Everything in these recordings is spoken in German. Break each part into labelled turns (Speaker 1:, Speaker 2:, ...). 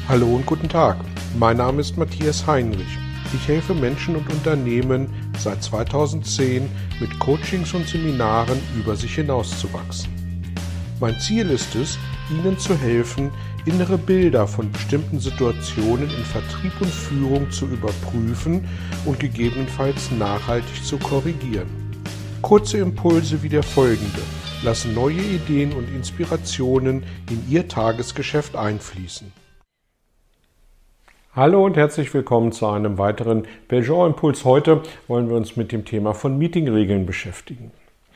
Speaker 1: Hallo und guten Tag, mein Name ist Matthias Heinrich. Ich helfe Menschen und Unternehmen seit 2010 mit Coachings und Seminaren über sich hinauszuwachsen. Mein Ziel ist es, Ihnen zu helfen, innere Bilder von bestimmten Situationen in Vertrieb und Führung zu überprüfen und gegebenenfalls nachhaltig zu korrigieren. Kurze Impulse wie der folgende lassen neue Ideen und Inspirationen in Ihr Tagesgeschäft einfließen.
Speaker 2: Hallo und herzlich willkommen zu einem weiteren Belgian-Impuls. Heute wollen wir uns mit dem Thema von Meetingregeln beschäftigen.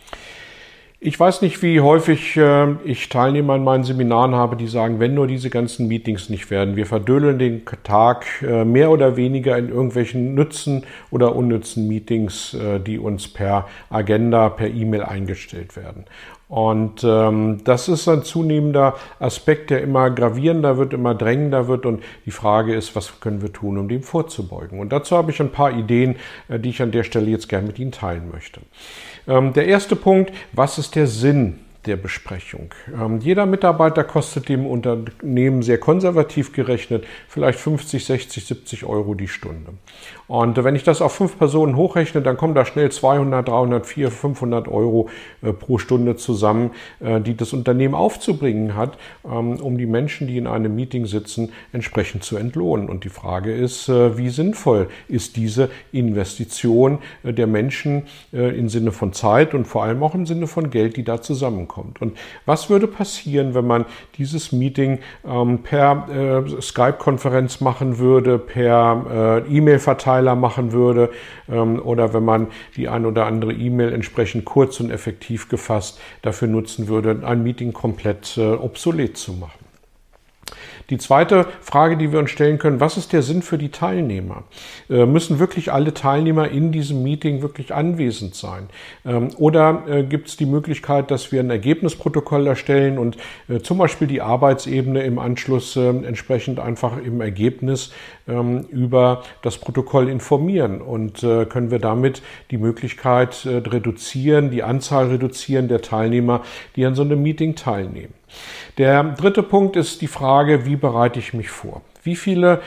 Speaker 2: Ich weiß nicht, wie häufig ich Teilnehmer in meinen Seminaren habe, die sagen, wenn nur diese ganzen Meetings nicht werden, wir verdödeln den Tag mehr oder weniger in irgendwelchen nützen oder unnützen Meetings, die uns per Agenda, per E-Mail eingestellt werden. Und das ist ein zunehmender Aspekt, der immer gravierender wird, immer drängender wird. Und die Frage ist, was können wir tun, um dem vorzubeugen? Und dazu habe ich ein paar Ideen, die ich an der Stelle jetzt gerne mit Ihnen teilen möchte. Der erste Punkt, was ist der Sinn der Besprechung? Jeder Mitarbeiter kostet dem Unternehmen sehr konservativ gerechnet vielleicht 50, 60, 70 Euro die Stunde. Und wenn ich das auf 5 Personen hochrechne, dann kommen da schnell 200, 300, 400, 500 Euro pro Stunde zusammen, die das Unternehmen aufzubringen hat, um die Menschen, die in einem Meeting sitzen, entsprechend zu entlohnen. Und die Frage ist, wie sinnvoll ist diese Investition der Menschen im Sinne von Zeit und vor allem auch im Sinne von Geld, die da zusammenkommt. Und was würde passieren, wenn man dieses Meeting per Skype-Konferenz machen würde, per E-Mail-Verteiler machen würde oder wenn man die ein oder andere E-Mail entsprechend kurz und effektiv gefasst dafür nutzen würde, ein Meeting komplett obsolet zu machen. Die zweite Frage, die wir uns stellen können, was ist der Sinn für die Teilnehmer? Müssen wirklich alle Teilnehmer in diesem Meeting wirklich anwesend sein? Oder gibt es die Möglichkeit, dass wir ein Ergebnisprotokoll erstellen und zum Beispiel die Arbeitsebene im Anschluss entsprechend einfach im Ergebnis über das Protokoll informieren? Und können wir damit die Möglichkeit reduzieren, die Anzahl reduzieren der Teilnehmer, die an so einem Meeting teilnehmen? Der dritte Punkt ist die Frage, wie bereite ich mich vor? Wie viele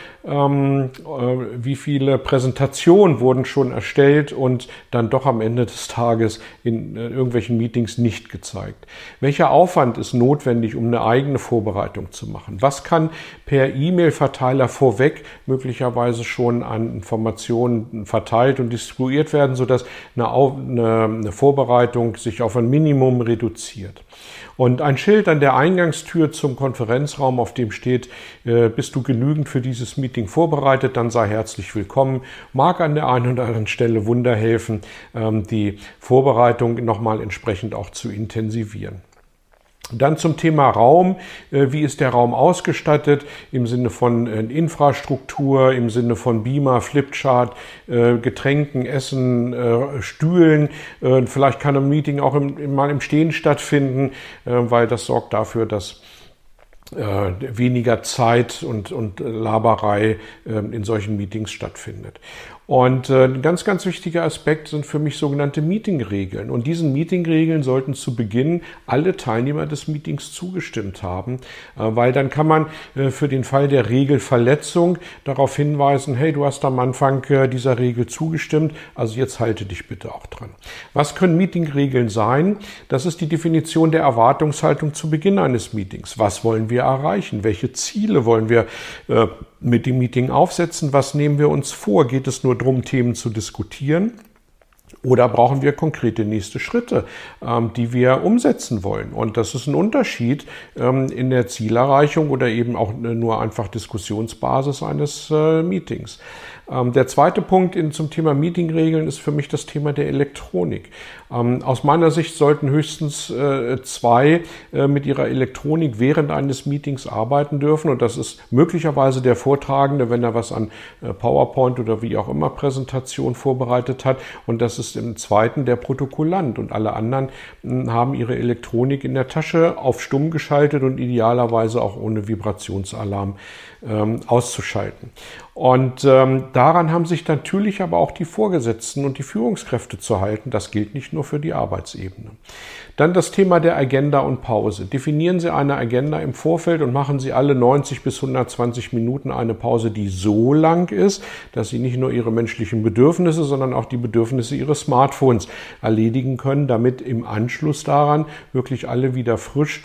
Speaker 2: Präsentationen wurden schon erstellt und dann doch am Ende des Tages in irgendwelchen Meetings nicht gezeigt? Welcher Aufwand ist notwendig, um eine eigene Vorbereitung zu machen? Was kann per E-Mail-Verteiler vorweg möglicherweise schon an Informationen verteilt und distribuiert werden, sodass eine Vorbereitung sich auf ein Minimum reduziert? Und ein Schild an der Eingangstür zum Konferenzraum, auf dem steht, bist du genügend für dieses Meeting vorbereitet, dann sei herzlich willkommen. Mag an der einen oder anderen Stelle Wunder helfen, die Vorbereitung nochmal entsprechend auch zu intensivieren. Dann zum Thema Raum. Wie ist der Raum ausgestattet im Sinne von Infrastruktur, im Sinne von Beamer, Flipchart, Getränken, Essen, Stühlen. Vielleicht kann ein Meeting auch mal im Stehen stattfinden, weil das sorgt dafür, dass weniger Zeit und Laberei in solchen Meetings stattfindet. Und ein ganz, ganz wichtiger Aspekt sind für mich sogenannte Meetingregeln. Und diesen Meetingregeln sollten zu Beginn alle Teilnehmer des Meetings zugestimmt haben, weil dann kann man für den Fall der Regelverletzung darauf hinweisen, hey, du hast am Anfang dieser Regel zugestimmt, also jetzt halte dich bitte auch dran. Was können Meetingregeln sein? Das ist die Definition der Erwartungshaltung zu Beginn eines Meetings. Was wollen wir erreichen? Welche Ziele wollen wir mit dem Meeting aufsetzen? Was nehmen wir uns vor? Geht es nur darum, Themen zu diskutieren? Oder brauchen wir konkrete nächste Schritte, die wir umsetzen wollen? Und das ist ein Unterschied in der Zielerreichung oder eben auch nur einfach Diskussionsbasis eines Meetings. Der zweite Punkt zum Thema Meetingregeln ist für mich das Thema der Elektronik. Aus meiner Sicht sollten höchstens 2 mit ihrer Elektronik während eines Meetings arbeiten dürfen. Und das ist möglicherweise der Vortragende, wenn er was an PowerPoint oder wie auch immer Präsentation vorbereitet hat. Und das ist im zweiten der Protokollant. Und alle anderen haben ihre Elektronik in der Tasche auf stumm geschaltet und idealerweise auch ohne Vibrationsalarm auszuschalten. Und daran haben sich natürlich aber auch die Vorgesetzten und die Führungskräfte zu halten. Das gilt nicht nur für die Arbeitsebene. Dann das Thema der Agenda und Pause. Definieren Sie eine Agenda im Vorfeld und machen Sie alle 90 bis 120 Minuten eine Pause, die so lang ist, dass Sie nicht nur Ihre menschlichen Bedürfnisse, sondern auch die Bedürfnisse Ihres Smartphones erledigen können, damit im Anschluss daran wirklich alle wieder frisch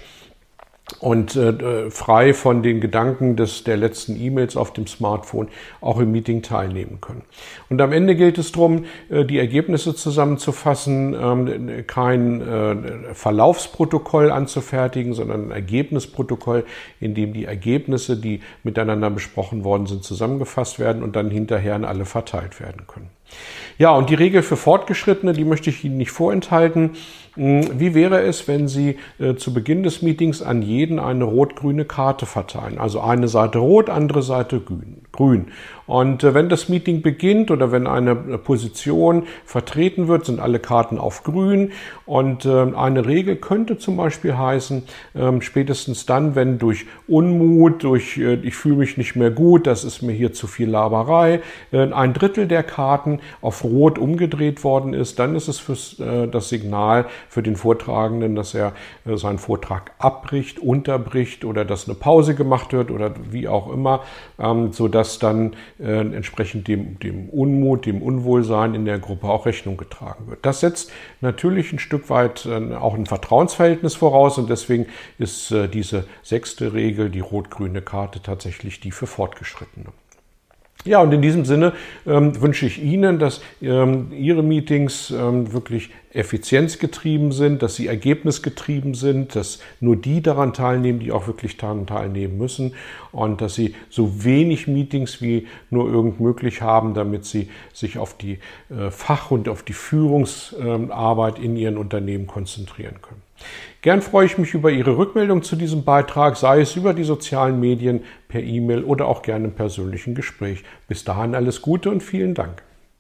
Speaker 2: und frei von den Gedanken der letzten E-Mails auf dem Smartphone auch im Meeting teilnehmen können. Und am Ende gilt es darum, die Ergebnisse zusammenzufassen, kein Verlaufsprotokoll anzufertigen, sondern ein Ergebnisprotokoll, in dem die Ergebnisse, die miteinander besprochen worden sind, zusammengefasst werden und dann hinterher an alle verteilt werden können. Ja, und die Regel für Fortgeschrittene, die möchte ich Ihnen nicht vorenthalten. Wie wäre es, wenn Sie zu Beginn des Meetings an jeden eine rot-grüne Karte verteilen? Also eine Seite rot, andere Seite grün. Und wenn das Meeting beginnt oder wenn eine Position vertreten wird, sind alle Karten auf grün. Und eine Regel könnte zum Beispiel heißen, spätestens dann, wenn durch Unmut, ich fühle mich nicht mehr gut, das ist mir hier zu viel Laberei, ein Drittel der Karten auf rot umgedreht worden ist, dann ist es das Signal für den Vortragenden, dass er seinen Vortrag abbricht, unterbricht oder dass eine Pause gemacht wird oder wie auch immer, sodass dann entsprechend dem Unmut, dem Unwohlsein in der Gruppe auch Rechnung getragen wird. Das setzt natürlich ein Stück weit auch ein Vertrauensverhältnis voraus und deswegen ist diese 6. Regel, die rot-grüne Karte, tatsächlich die für Fortgeschrittene. Ja, und in diesem Sinne wünsche ich Ihnen, dass Ihre Meetings wirklich effizienzgetrieben sind, dass sie ergebnisgetrieben sind, dass nur die daran teilnehmen, die auch wirklich daran teilnehmen müssen und dass Sie so wenig Meetings wie nur irgend möglich haben, damit Sie sich auf die Fach- und auf die Führungsarbeit in Ihren Unternehmen konzentrieren können. Gern freue ich mich über Ihre Rückmeldung zu diesem Beitrag, sei es über die sozialen Medien, per E-Mail oder auch gerne im persönlichen Gespräch. Bis dahin alles Gute und vielen Dank.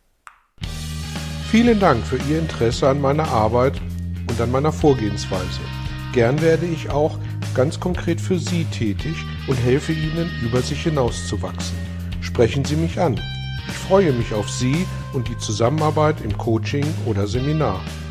Speaker 1: Vielen Dank für Ihr Interesse an meiner Arbeit und an meiner Vorgehensweise. Gern werde ich auch ganz konkret für Sie tätig und helfe Ihnen, über sich hinauszuwachsen. Sprechen Sie mich an. Ich freue mich auf Sie und die Zusammenarbeit im Coaching oder Seminar.